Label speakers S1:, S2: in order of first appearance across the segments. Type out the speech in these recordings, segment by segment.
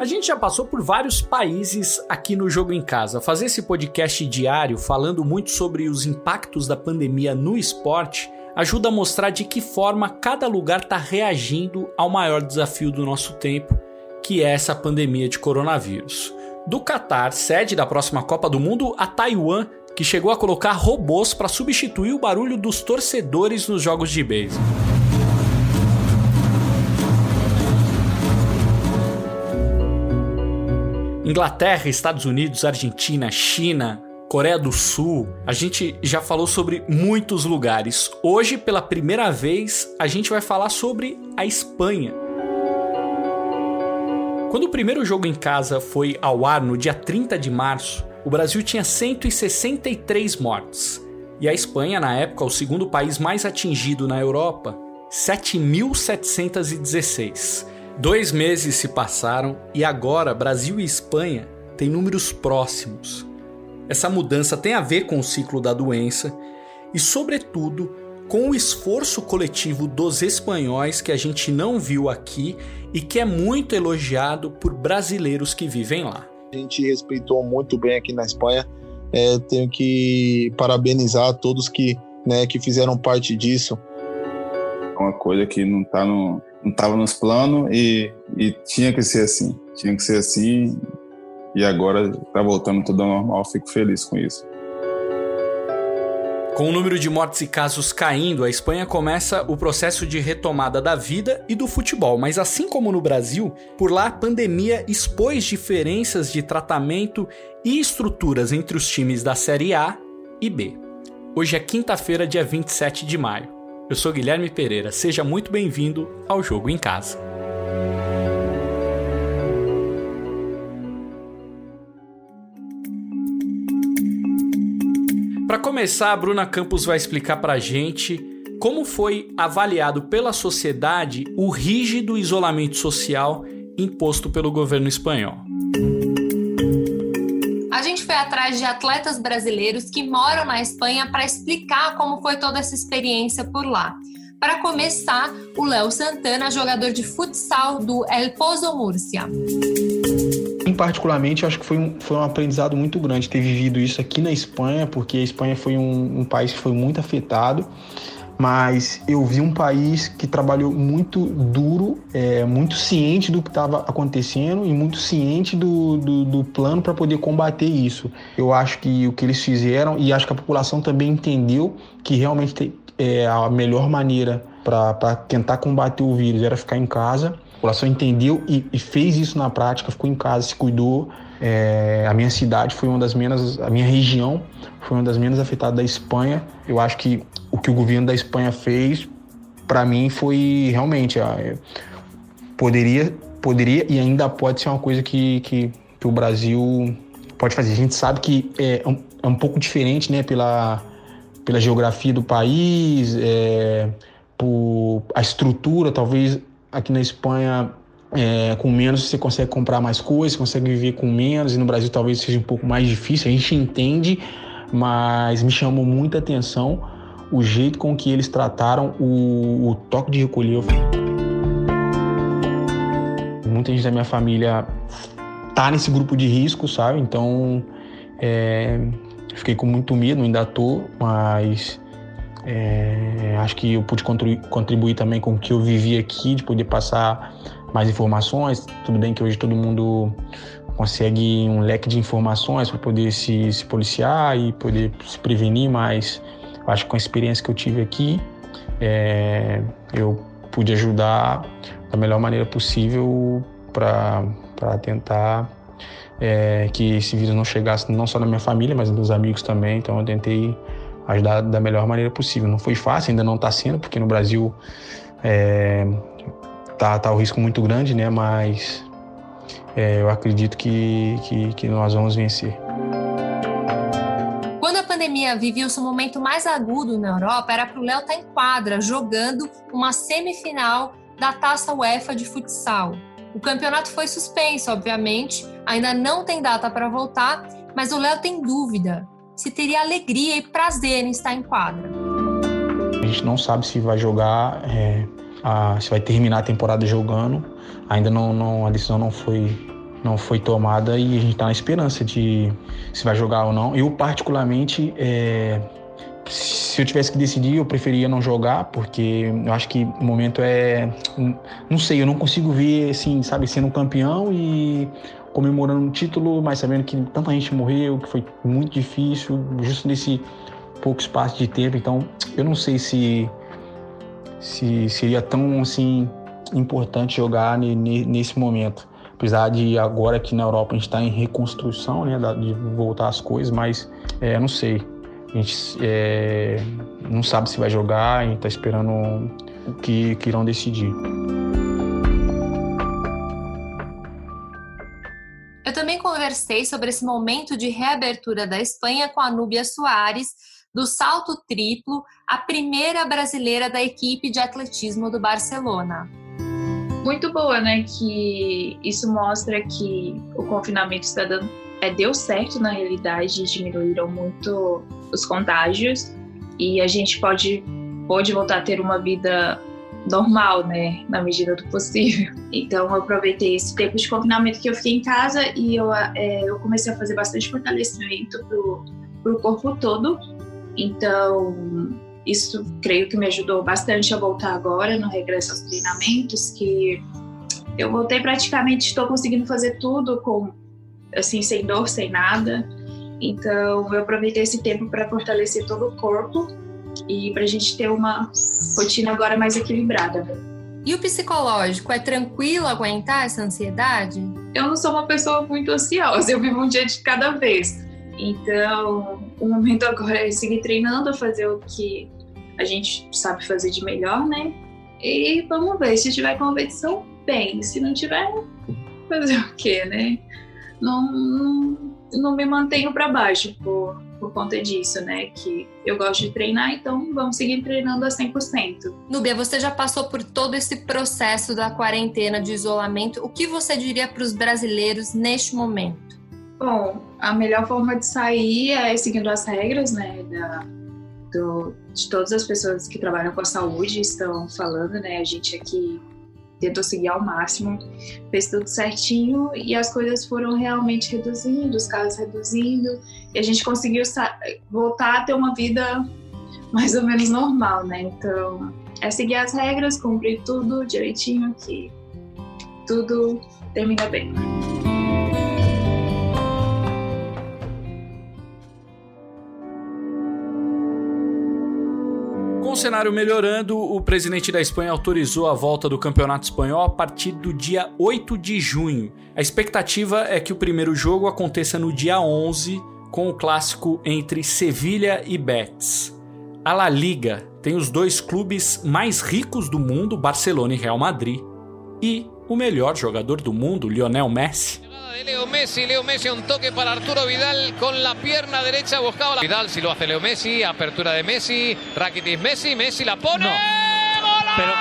S1: A gente já passou por vários países aqui no Jogo em Casa. Fazer esse podcast diário falando muito sobre os impactos da pandemia no esporte ajuda a mostrar de que forma cada lugar está reagindo ao maior desafio do nosso tempo, que é essa pandemia de coronavírus. Do Catar, sede da próxima Copa do Mundo, a Taiwan, que chegou a colocar robôs para substituir o barulho dos torcedores nos jogos de beisebol. Inglaterra, Estados Unidos, Argentina, China, Coreia do Sul, a gente já falou sobre muitos lugares. Hoje, pela primeira vez, a gente vai falar sobre a Espanha. Quando o primeiro Jogo em Casa foi ao ar no dia 30 de março, o Brasil tinha 163 mortes. E a Espanha, na época, o segundo país mais atingido na Europa, 7.716. 2 meses se passaram e agora Brasil e Espanha têm números próximos. Essa mudança tem a ver com o ciclo da doença e, sobretudo, com o esforço coletivo dos espanhóis que a gente não viu aqui e que é muito elogiado por brasileiros que vivem lá.
S2: A gente respeitou muito bem aqui na Espanha. Tenho que parabenizar todos que fizeram parte disso.
S3: É uma coisa que não estava nos planos e tinha que ser assim. Tinha que ser assim e agora está voltando tudo ao normal. Fico feliz com isso.
S1: Com o número de mortes e casos caindo, a Espanha começa o processo de retomada da vida e do futebol. Mas assim como no Brasil, por lá a pandemia expôs diferenças de tratamento e estruturas entre os times da Série A e B. Hoje é quinta-feira, dia 27 de maio. Eu sou Guilherme Pereira, seja muito bem-vindo ao Jogo em Casa. Para começar, a Bruna Campos vai explicar para a gente como foi avaliado pela sociedade o rígido isolamento social imposto pelo governo espanhol.
S4: A gente foi atrás de atletas brasileiros que moram na Espanha para explicar como foi toda essa experiência por lá. Para começar, o Léo Santana, jogador de futsal do El Pozo Múrcia.
S5: Particularmente, eu acho que foi um aprendizado muito grande ter vivido isso aqui na Espanha, porque a Espanha foi um país que foi muito afetado, mas eu vi um país que trabalhou muito duro, muito ciente do que estava acontecendo e muito ciente do plano para poder combater isso. Eu acho que o que eles fizeram, e acho que a população também entendeu que realmente a melhor maneira para tentar combater o vírus era ficar em casa. A população entendeu e fez isso na prática, ficou em casa, se cuidou. A minha cidade foi uma das menos, a minha região foi uma das menos afetadas da Espanha. Eu acho que o que o governo da Espanha fez, para mim, foi realmente poderia e ainda pode ser uma coisa que o Brasil pode fazer. A gente sabe que é um pouco diferente, né, pela geografia do país, por a estrutura, talvez. Aqui na Espanha, com menos você consegue comprar mais coisas, consegue viver com menos, e no Brasil talvez seja um pouco mais difícil, a gente entende, mas me chamou muita atenção o jeito com que eles trataram o toque de recolher. Muita gente da minha família tá nesse grupo de risco, sabe? Então, fiquei com muito medo, ainda tô, mas... acho que eu pude contribuir também com o que eu vivi aqui, de poder passar mais informações. Tudo bem que hoje todo mundo consegue um leque de informações para poder se policiar e poder se prevenir, mas acho que com a experiência que eu tive aqui, eu pude ajudar da melhor maneira possível para tentar que esse vírus não chegasse não só na minha família, mas nos meus amigos também. Então eu tentei ajudar da melhor maneira possível. Não foi fácil, ainda não está sendo, porque no Brasil tá o risco muito grande, né? Mas eu acredito que nós vamos vencer.
S4: Quando a pandemia vivia o seu momento mais agudo na Europa, era para o Léo estar em quadra, jogando uma semifinal da Taça UEFA de futsal. O campeonato foi suspenso, obviamente, ainda não tem data para voltar, mas o Léo tem dúvida se teria alegria e prazer em estar em quadra.
S5: A gente não sabe se vai jogar, se vai terminar a temporada jogando. Ainda não, a decisão não foi não foi tomada e a gente está na esperança de se vai jogar ou não. Eu, particularmente, se eu tivesse que decidir, eu preferia não jogar, porque eu acho que o momento não sei, eu não consigo ver, assim, sabe, sendo campeão e comemorando um título, mas sabendo que tanta gente morreu, que foi muito difícil, justo nesse pouco espaço de tempo. Então, eu não sei se seria tão, assim, importante jogar nesse momento. Apesar de agora aqui na Europa a gente está em reconstrução, né, de voltar as coisas, mas não sei. A gente não sabe se vai jogar, a gente está esperando o que irão decidir.
S4: Eu também conversei sobre esse momento de reabertura da Espanha com a Núbia Soares, do salto triplo, a primeira brasileira da equipe de atletismo do Barcelona.
S6: Muito boa, né? Que isso mostra que o confinamento está deu certo na realidade, diminuíram muito os contágios e a gente pode voltar a ter uma vida normal, né? Na medida do possível. Então eu aproveitei esse tempo de confinamento que eu fiquei em casa e eu comecei a fazer bastante fortalecimento pro corpo todo. Então isso creio que me ajudou bastante a voltar agora no regresso aos treinamentos, que eu voltei praticamente, estou conseguindo fazer tudo sem dor, sem nada. Então eu aproveitei esse tempo para fortalecer todo o corpo e para a gente ter uma rotina agora mais equilibrada.
S4: E o psicológico, é tranquilo aguentar essa ansiedade?
S6: Eu não sou uma pessoa muito ansiosa, eu vivo um dia de cada vez. Então, o momento agora é seguir treinando, fazer o que a gente sabe fazer de melhor, né? E vamos ver, se tiver competição, bem. Se não tiver, fazer o quê, né? Não me mantenho para baixo por conta disso, né? Que eu gosto de treinar, então vamos seguir treinando a 100%.
S4: Núbia, você já passou por todo esse processo da quarentena, de isolamento. O que você diria para os brasileiros neste momento?
S6: Bom, a melhor forma de sair é seguindo as regras, né, de todas as pessoas que trabalham com a saúde estão falando, né, a gente aqui tentou seguir ao máximo, fez tudo certinho e as coisas foram realmente reduzindo, os casos reduzindo e a gente conseguiu voltar a ter uma vida mais ou menos normal, né, então é seguir as regras, cumprir tudo direitinho que tudo termina bem.
S1: Com o cenário melhorando, o presidente da Espanha autorizou a volta do Campeonato Espanhol a partir do dia 8 de junho. A expectativa é que o primeiro jogo aconteça no dia 11, com o clássico entre Sevilha e Betis. A La Liga tem os dois clubes mais ricos do mundo, Barcelona e Real Madrid, e o melhor jogador do mundo, Lionel Messi.
S7: Leo Messi, un toque para Arturo Vidal con la pierna derecha, buscaba Vidal, si lo hace Leo Messi, apertura de Messi, Rakitic Messi la pone, ¡golazo!
S1: Pero...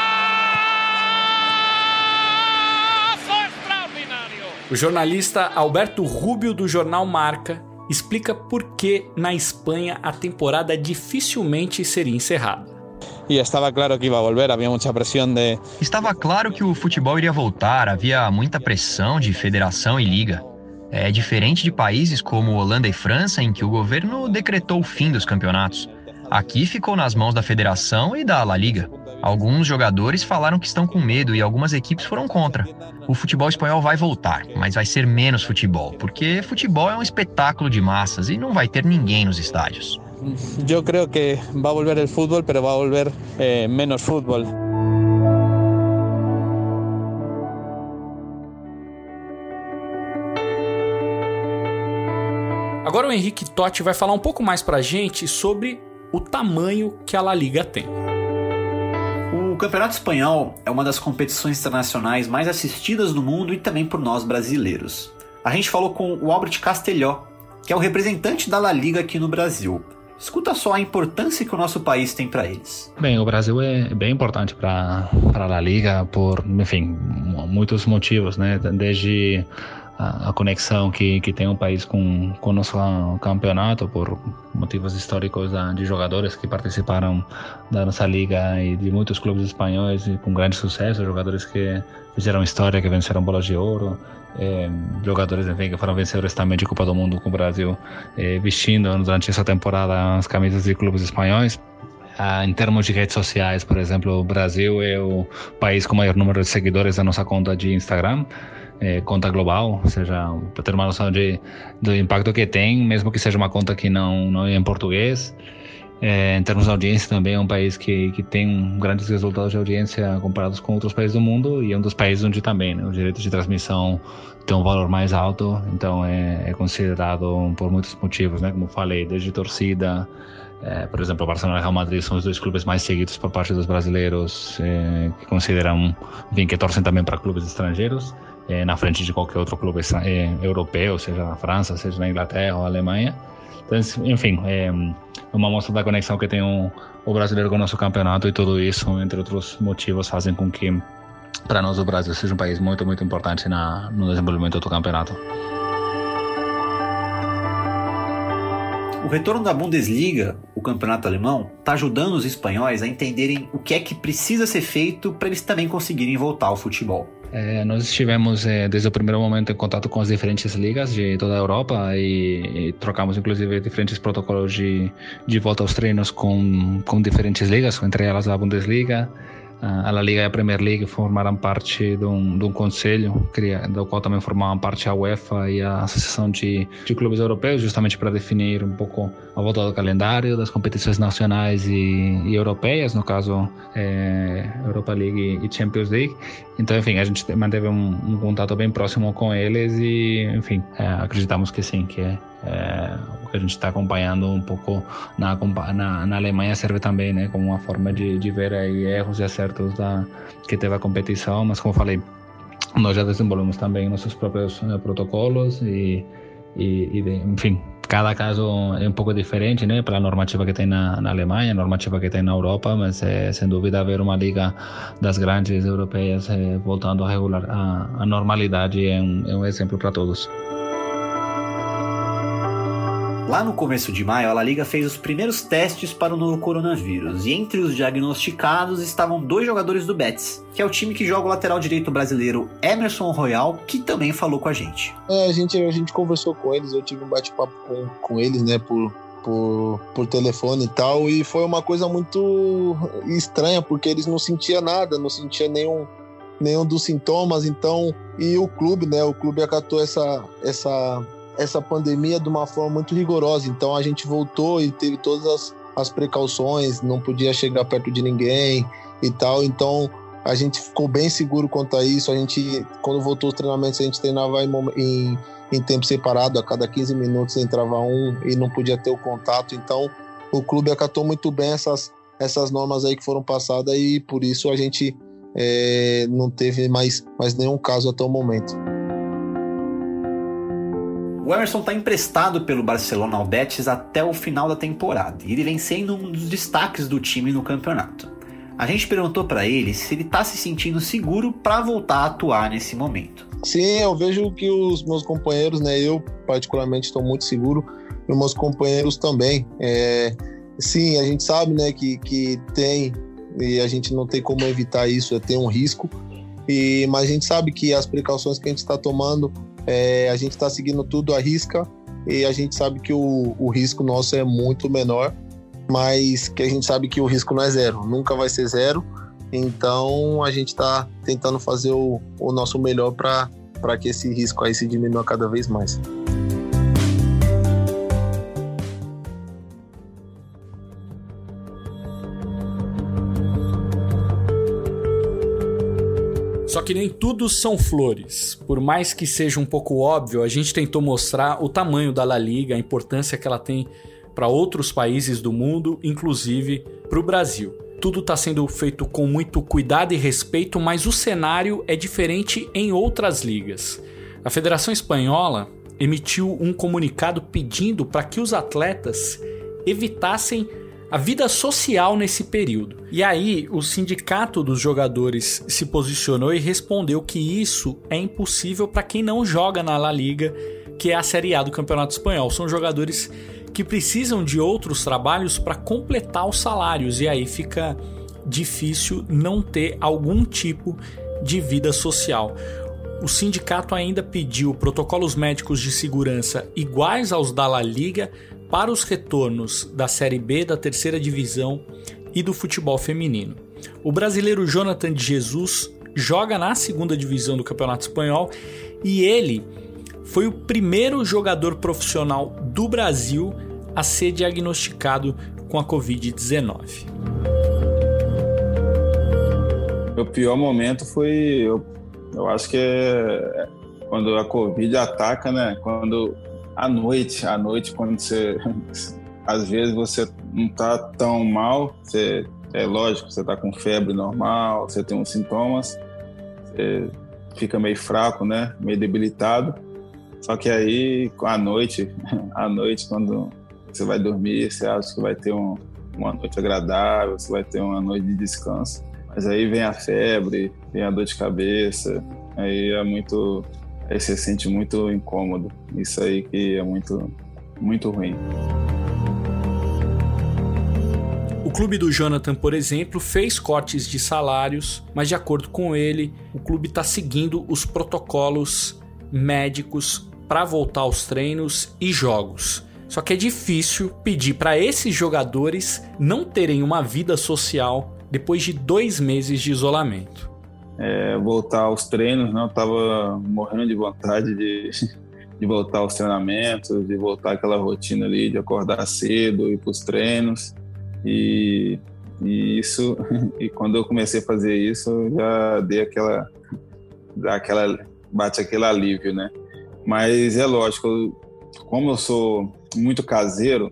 S7: extraordinario!
S1: O jornalista Alberto Rubio, do jornal Marca, explica por que na Espanha a temporada dificilmente seria encerrada.
S8: E estava claro que ia voltar, havia muita pressão de...
S9: Estava claro que o futebol iria voltar, havia muita pressão de federação e liga. É diferente de países como Holanda e França, em que o governo decretou o fim dos campeonatos. Aqui ficou nas mãos da federação e da La Liga. Alguns jogadores falaram que estão com medo e algumas equipes foram contra. O futebol espanhol vai voltar, mas vai ser menos futebol, porque futebol é um espetáculo de massas e não vai ter ninguém nos estádios.
S8: Eu creio que vai voltar o futebol, mas vai voltar menos futebol.
S1: Agora o Henrique Totti vai falar um pouco mais pra gente sobre o tamanho que a La Liga tem.
S10: O Campeonato Espanhol é uma das competições internacionais mais assistidas do mundo e também por nós brasileiros. A gente falou com o Albert Castelló, que é o representante da La Liga aqui no Brasil. Escuta só a importância que o nosso país tem para eles.
S11: Bem, o Brasil é bem importante para a La Liga por, enfim, muitos motivos, né? Desde a conexão que tem o país com o nosso campeonato, por motivos históricos de jogadores que participaram da nossa liga e de muitos clubes espanhóis e com grande sucesso, jogadores que fizeram história, que venceram bolas de ouro, jogadores, enfim, que foram vencedores também de Copa do Mundo com o Brasil, vestindo durante essa temporada as camisas de clubes espanhóis. Em termos de redes sociais, por exemplo, o Brasil é o país com maior número de seguidores da nossa conta de Instagram, conta global, ou seja, para ter uma noção do impacto que tem, mesmo que seja uma conta que não é em português. Em termos de audiência também é um país que tem grandes resultados de audiência comparados com outros países do mundo, e é um dos países onde também, né, os direitos de transmissão têm um valor mais alto, então é considerado por muitos motivos, né, como falei, desde torcida. Por exemplo, o Barcelona e o Real Madrid são os dois clubes mais seguidos por parte dos brasileiros, que consideram, enfim, que torcem também para clubes estrangeiros, na frente de qualquer outro clube europeu, seja na França, seja na Inglaterra ou Alemanha. Então, enfim, é uma mostra da conexão que tem o brasileiro com o nosso campeonato, e tudo isso, entre outros motivos, fazem com que, para nós, o Brasil seja um país muito, muito importante no desenvolvimento do campeonato.
S10: O retorno da Bundesliga, o campeonato alemão, está ajudando os espanhóis a entenderem o que é que precisa ser feito para eles também conseguirem voltar ao futebol.
S11: Nós estivemos desde o primeiro momento em contato com as diferentes ligas de toda a Europa e trocamos inclusive diferentes protocolos de volta aos treinos com diferentes ligas, entre elas a Bundesliga. A La Liga e a Premier League formaram parte de um conselho, do qual também formavam parte a UEFA e a Associação de Clubes Europeus, justamente para definir um pouco a volta do calendário das competições nacionais e europeias, no caso Europa League e Champions League. Então, enfim, a gente manteve um contato bem próximo com eles e, enfim, acreditamos que sim, que o que a gente está acompanhando um pouco na Alemanha serve também, né, como uma forma de ver aí erros e acertos que teve a competição, mas como falei, nós já desenvolvemos também nossos próprios protocolos e enfim, cada caso é um pouco diferente, né, pela normativa que tem na Alemanha, a normativa que tem na Europa, mas sem dúvida ver uma liga das grandes europeias voltando a regular a normalidade é um exemplo para todos.
S10: Lá no começo de maio, a La Liga fez os primeiros testes para o novo coronavírus, e entre os diagnosticados estavam 2 jogadores do Betis, que é o time que joga o lateral direito brasileiro Emerson Royal, que também falou com a gente.
S2: A gente conversou com eles, eu tive um bate-papo com eles, né, por telefone e tal, e foi uma coisa muito estranha, porque eles não sentiam nada, não sentiam nenhum dos sintomas, então, e o clube acatou essa pandemia de uma forma muito rigorosa, então a gente voltou e teve todas as precauções, não podia chegar perto de ninguém e tal, então a gente ficou bem seguro quanto a isso. A gente, quando voltou os treinamentos, a gente treinava em tempo separado, a cada 15 minutos entrava um e não podia ter o contato, então o clube acatou muito bem essas normas aí que foram passadas, e por isso a gente não teve mais nenhum caso até o momento.
S10: O Emerson está emprestado pelo Barcelona ao Betis até o final da temporada, e ele vem sendo um dos destaques do time no campeonato. A gente perguntou para ele se ele está se sentindo seguro para voltar a atuar nesse momento.
S2: Sim, eu vejo que os meus companheiros, né, eu particularmente estou muito seguro, e os meus companheiros também. Sim, a gente sabe, né, que tem, e a gente não tem como evitar isso, tem um risco, mas a gente sabe que as precauções que a gente está tomando, a gente está seguindo tudo à risca, e a gente sabe que o risco nosso é muito menor, mas que a gente sabe que o risco não é zero, nunca vai ser zero, então a gente está tentando fazer o nosso melhor para que esse risco aí se diminua cada vez mais.
S1: Só que nem tudo são flores. Por mais que seja um pouco óbvio, a gente tentou mostrar o tamanho da La Liga, a importância que ela tem para outros países do mundo, inclusive para o Brasil. Tudo está sendo feito com muito cuidado e respeito, mas o cenário é diferente em outras ligas. A Federação Espanhola emitiu um comunicado pedindo para que os atletas evitassem a vida social nesse período. E aí, o sindicato dos jogadores se posicionou e respondeu que isso é impossível para quem não joga na La Liga, que é a Série A do Campeonato Espanhol. São jogadores que precisam de outros trabalhos para completar os salários, e aí fica difícil não ter algum tipo de vida social. O sindicato ainda pediu protocolos médicos de segurança iguais aos da La Liga para os retornos da Série B, da terceira divisão e do futebol feminino. O brasileiro Jonathan de Jesus joga na segunda divisão do Campeonato Espanhol e ele foi o primeiro jogador profissional do Brasil a ser diagnosticado com a Covid-19.
S3: O pior momento foi, eu acho que é quando a Covid ataca, né? Quando à noite, quando você, às vezes você não tá tão mal, é lógico, você tá com febre normal, você tem uns sintomas, você fica meio fraco, né? Meio debilitado. Só que aí, à noite, quando você vai dormir, você acha que vai ter uma noite agradável, você vai ter uma noite de descanso. Mas aí vem a febre, vem a dor de cabeça, aí você se sente muito incômodo. Isso aí que é muito, muito ruim.
S1: O clube do Jonathan, por exemplo, fez cortes de salários, mas de acordo com ele, o clube está seguindo os protocolos médicos para voltar aos treinos e jogos. Só que é difícil pedir para esses jogadores não terem uma vida social depois de 2 meses de isolamento.
S3: Voltar aos treinos, né? Eu tava morrendo de vontade de voltar aos treinamentos, de voltar àquela rotina ali, de acordar cedo, ir para os treinos. E quando eu comecei a fazer isso, eu já dei bate aquele alívio, né? Mas é lógico, como eu sou muito caseiro,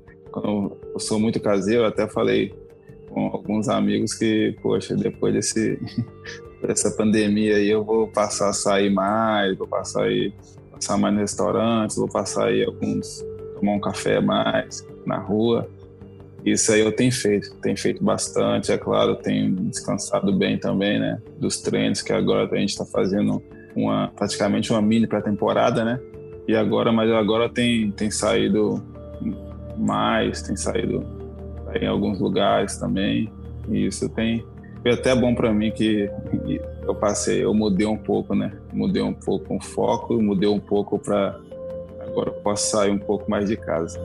S3: até falei com alguns amigos que, poxa, depois dessa pandemia aí eu vou passar a sair mais, vou passar mais nos restaurantes, vou passar aí tomar um café mais na rua. Isso aí eu tenho feito bastante, é claro, tenho descansado bem também, né, dos treinos, que agora a gente está fazendo praticamente uma mini pré-temporada, né, mas agora tem saído mais, tem saído em alguns lugares também, e isso foi até bom para mim que eu mudei um pouco, né, mudei um pouco o foco, mudei um pouco para agora eu posso sair um pouco mais de casa.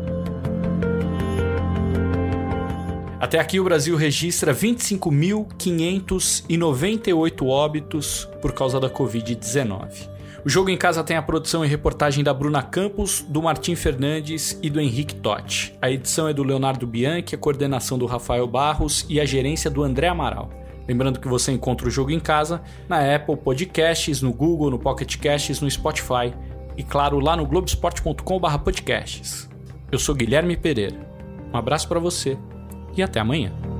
S1: Até aqui o Brasil registra 25.598 óbitos por causa da Covid-19. O Jogo em Casa tem a produção e reportagem da Bruna Campos, do Martim Fernandes e do Henrique Totti. A edição é do Leonardo Bianchi, a coordenação do Rafael Barros e a gerência do André Amaral. Lembrando que você encontra o Jogo em Casa na Apple Podcasts, no Google, no Pocket Casts, no Spotify e, claro, lá no globesport.com/podcasts. Eu sou Guilherme Pereira. Um abraço para você e até amanhã.